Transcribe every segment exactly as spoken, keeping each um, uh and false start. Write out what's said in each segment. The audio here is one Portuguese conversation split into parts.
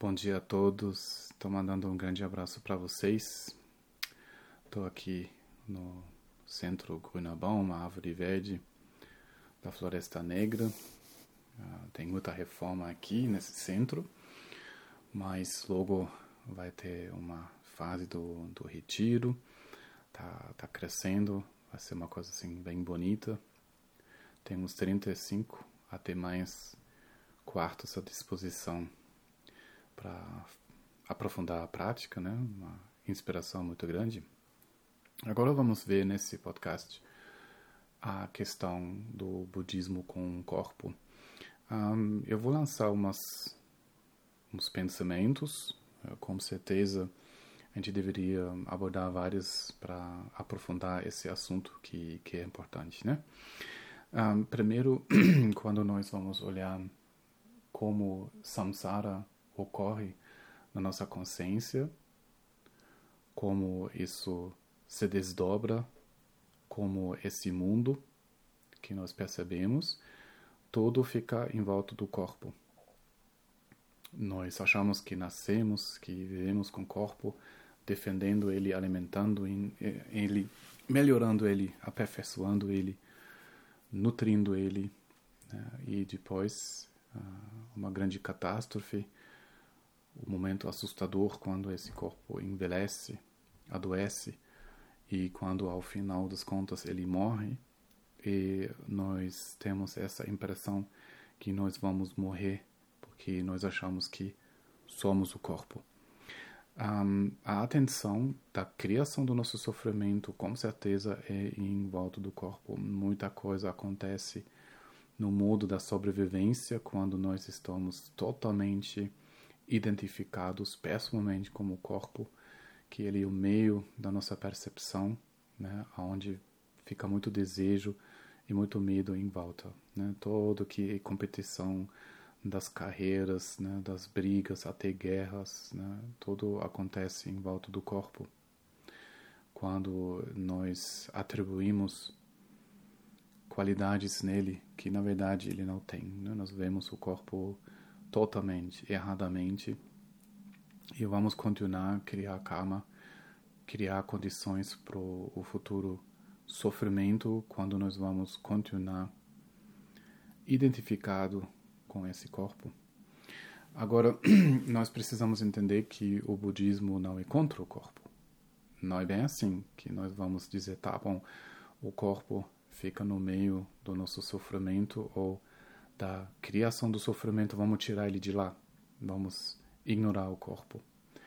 Bom dia a todos. Estou mandando um grande abraço para vocês. Estou aqui no centro Grünabão, uma árvore verde da Floresta Negra. Uh, tem muita reforma aqui nesse centro, mas logo vai ter uma fase do, do retiro. Tá, tá crescendo, vai ser uma coisa assim bem bonita. Temos trinta e cinco até mais quartos à disposição para aprofundar a prática, né? Uma inspiração muito grande. Agora vamos ver nesse podcast a questão do budismo com o corpo. Um, eu vou lançar umas, uns pensamentos, com certeza a gente deveria abordar vários para aprofundar esse assunto que, que é importante, né? Um, primeiro, quando nós vamos olhar como samsara ocorre na nossa consciência, como isso se desdobra, como esse mundo que nós percebemos, todo fica em volta do corpo. Nós achamos que nascemos, que vivemos com o corpo, defendendo ele, alimentando ele, melhorando ele, aperfeiçoando ele, nutrindo ele, né? E depois uma grande catástrofe, o momento assustador quando esse corpo envelhece, adoece, e quando ao final das contas ele morre, e nós temos essa impressão que nós vamos morrer, porque nós achamos que somos o corpo. Um, a atenção da criação do nosso sofrimento, com certeza, é em volta do corpo. Muita coisa acontece no modo da sobrevivência, quando nós estamos totalmente identificados pessoalmente como o corpo, que ele é o meio da nossa percepção, né, onde fica muito desejo e muito medo em volta, né, todo que é competição das carreiras, né, das brigas até guerras, né, tudo acontece em volta do corpo. Quando nós atribuímos qualidades nele que na verdade ele não tem, né, nós vemos o corpo totalmente, erradamente, e vamos continuar a criar karma, criar condições para o futuro sofrimento, quando nós vamos continuar identificado com esse corpo. Agora, nós precisamos entender que o budismo não é contra o corpo. Não é bem assim que nós vamos dizer, tá bom, o corpo fica no meio do nosso sofrimento ou da criação do sofrimento, vamos tirar ele de lá, vamos ignorar o corpo.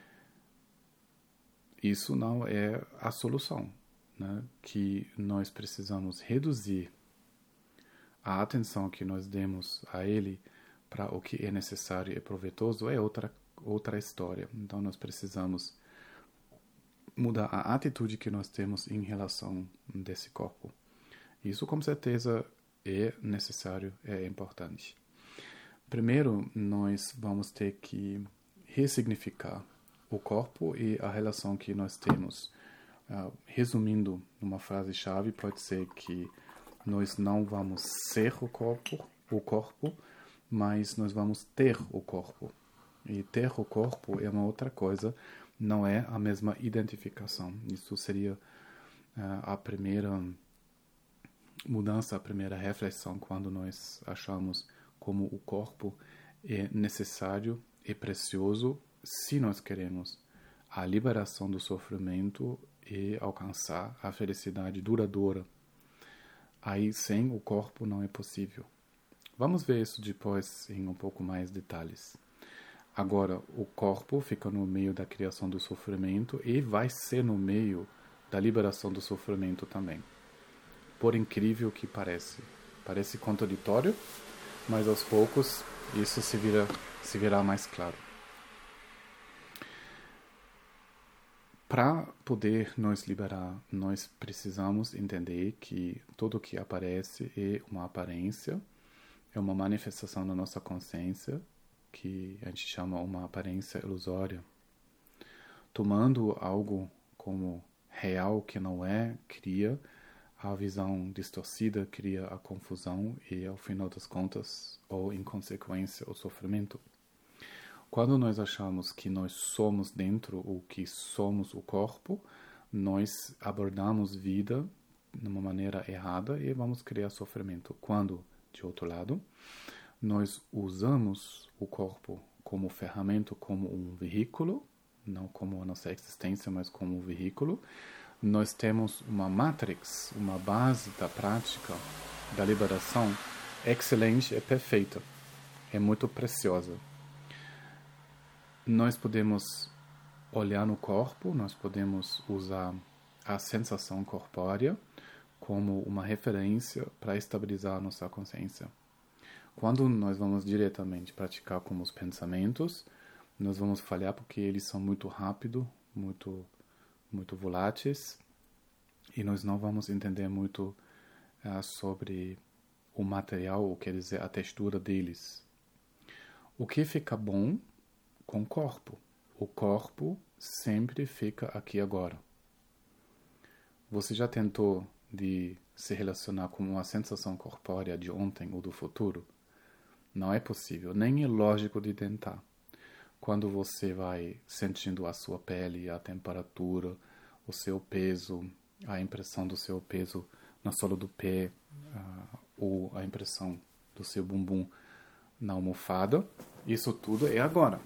Isso não é a solução, né? Que nós precisamos reduzir a atenção que nós demos a ele para o que é necessário e proveitoso é outra, outra história. Então nós precisamos mudar a atitude que nós temos em relação desse corpo. Isso com certeza é necessário, é importante. Primeiro, nós vamos ter que ressignificar o corpo e a relação que nós temos. Uh, resumindo, uma frase-chave pode ser que nós não vamos ser o corpo, o corpo, mas nós vamos ter o corpo. E ter o corpo é uma outra coisa, não é a mesma identificação. Isso seria uh, a primeira mudança, a primeira reflexão quando nós achamos como o corpo é necessário e precioso se nós queremos a liberação do sofrimento e alcançar a felicidade duradoura. Aí sem o corpo não é possível. Vamos ver isso depois em um pouco mais detalhes. Agora, o corpo fica no meio da criação do sofrimento e vai ser no meio da liberação do sofrimento também. Por incrível que pareça. Parece contraditório, mas aos poucos isso se, vira, se virá mais claro. Para poder nos liberar, nós precisamos entender que tudo o que aparece é uma aparência, é uma manifestação da nossa consciência, que a gente chama uma aparência ilusória. Tomando algo como real que não é, cria a visão distorcida, cria a confusão e, ao final das contas, ou em consequência, o sofrimento. Quando nós achamos que nós somos dentro ou que somos o corpo, nós abordamos vida de uma maneira errada e vamos criar sofrimento. Quando, de outro lado, nós usamos o corpo como ferramenta, como um veículo, não como a nossa existência, mas como um veículo, nós temos uma matrix, uma base da prática da liberação excelente e perfeita. É muito preciosa. Nós podemos olhar no corpo, nós podemos usar a sensação corpórea como uma referência para estabilizar a nossa consciência. Quando nós vamos diretamente praticar com os pensamentos, nós vamos falhar porque eles são muito rápidos, muito, muito voláteis, e nós não vamos entender muito uh, sobre o material, ou quer dizer, a textura deles. O que fica bom com o corpo? O corpo sempre fica aqui agora. Você já tentou de se relacionar com uma sensação corpórea de ontem ou do futuro? Não é possível, nem é lógico de tentar. Quando você vai sentindo a sua pele, a temperatura, o seu peso, a impressão do seu peso na sola do pé, uh, ou a impressão do seu bumbum na almofada, isso tudo é agora.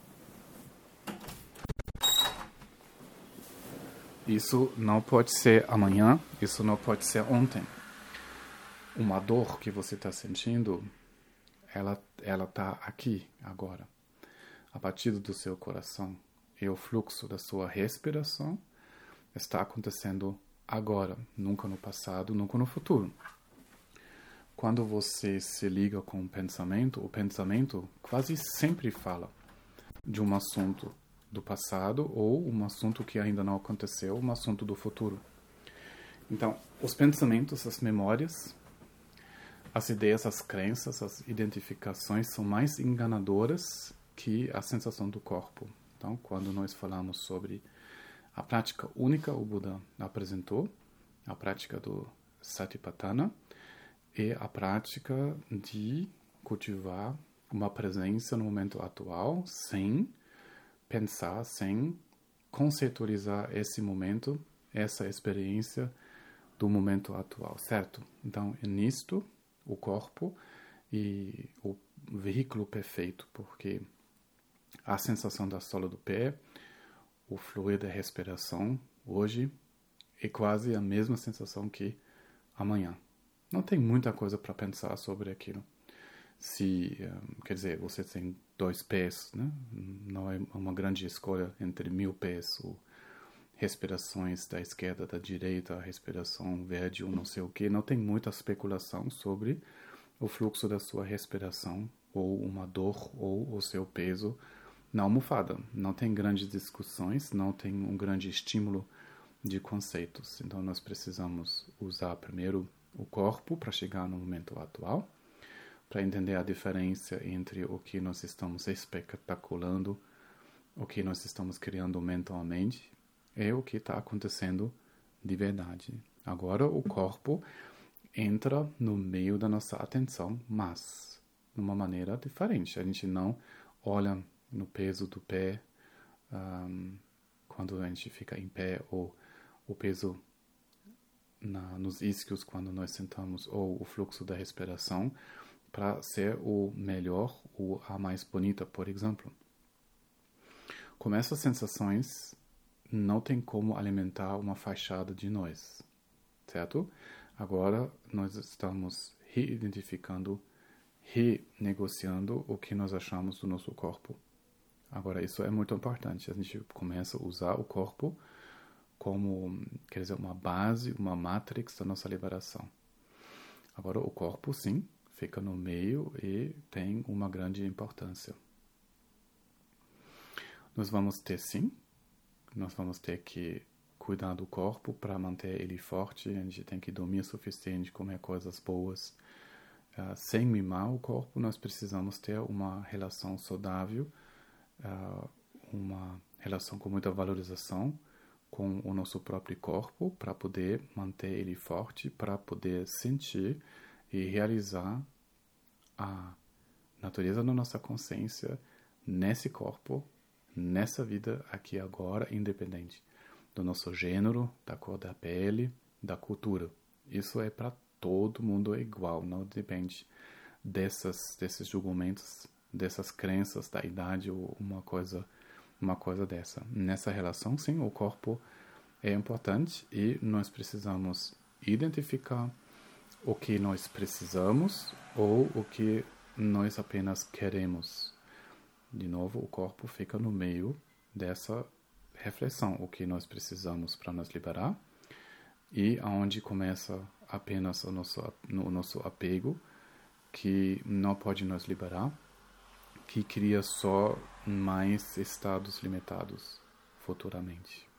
Isso não pode ser amanhã, isso não pode ser ontem. Uma dor que você está sentindo, ela ela está aqui, agora. A batida do seu coração e o fluxo da sua respiração está acontecendo agora, nunca no passado, nunca no futuro. Quando você se liga com o pensamento, o pensamento quase sempre fala de um assunto do passado ou um assunto que ainda não aconteceu, um assunto do futuro. Então, os pensamentos, as memórias, as ideias, as crenças, as identificações são mais enganadoras que a sensação do corpo. Então, quando nós falamos sobre a prática única, o Buda apresentou, a prática do Satipatthana, e a prática de cultivar uma presença no momento atual, sem pensar, sem conceitualizar esse momento, essa experiência do momento atual, certo? Então, é nisto o corpo e o veículo perfeito, porque a sensação da sola do pé, o fluir da respiração, hoje, é quase a mesma sensação que amanhã. Não tem muita coisa para pensar sobre aquilo. Se, um, quer dizer, você tem dois pés, né? Não é uma grande escolha entre mil pés, ou respirações da esquerda, da direita, respiração verde ou não sei o que. Não tem muita especulação sobre o fluxo da sua respiração, ou uma dor, ou o seu peso na almofada. Não tem grandes discussões, não tem um grande estímulo de conceitos. Então, nós precisamos usar primeiro o corpo para chegar no momento atual, para entender a diferença entre o que nós estamos espetaculando, o que nós estamos criando mentalmente, e o que está acontecendo de verdade. Agora, o corpo entra no meio da nossa atenção, mas de uma maneira diferente. A gente não olha no peso do pé um, quando a gente fica em pé, ou o peso na, nos isquios quando nós sentamos, ou o fluxo da respiração, para ser o melhor ou a mais bonita, por exemplo. Com essas sensações, não tem como alimentar uma fachada de nós, certo? Agora, nós estamos reidentificando, renegociando o que nós achamos do nosso corpo. Agora, isso é muito importante. A gente começa a usar o corpo como, quer dizer, uma base, uma matrix da nossa liberação. Agora, o corpo, sim, fica no meio e tem uma grande importância. Nós vamos ter, sim, nós vamos ter que cuidar do corpo para manter ele forte. A gente tem que dormir o suficiente, comer coisas boas. Uh, sem mimar o corpo, nós precisamos ter uma relação saudável, uh, uma relação com muita valorização com o nosso próprio corpo, para poder manter ele forte, para poder sentir e realizar a natureza da nossa consciência nesse corpo, nessa vida aqui agora, independente do nosso gênero, da cor da pele, da cultura. Isso é para todo mundo igual, não depende dessas, desses julgamentos, dessas crenças da idade ou uma coisa, uma coisa dessa. Nessa relação, sim, o corpo é importante e nós precisamos identificar o que nós precisamos ou o que nós apenas queremos. De novo, o corpo fica no meio dessa reflexão, o que nós precisamos para nos liberar e aonde começa apenas o nosso, o nosso apego, que não pode nos liberar, que cria só mais estados limitados futuramente.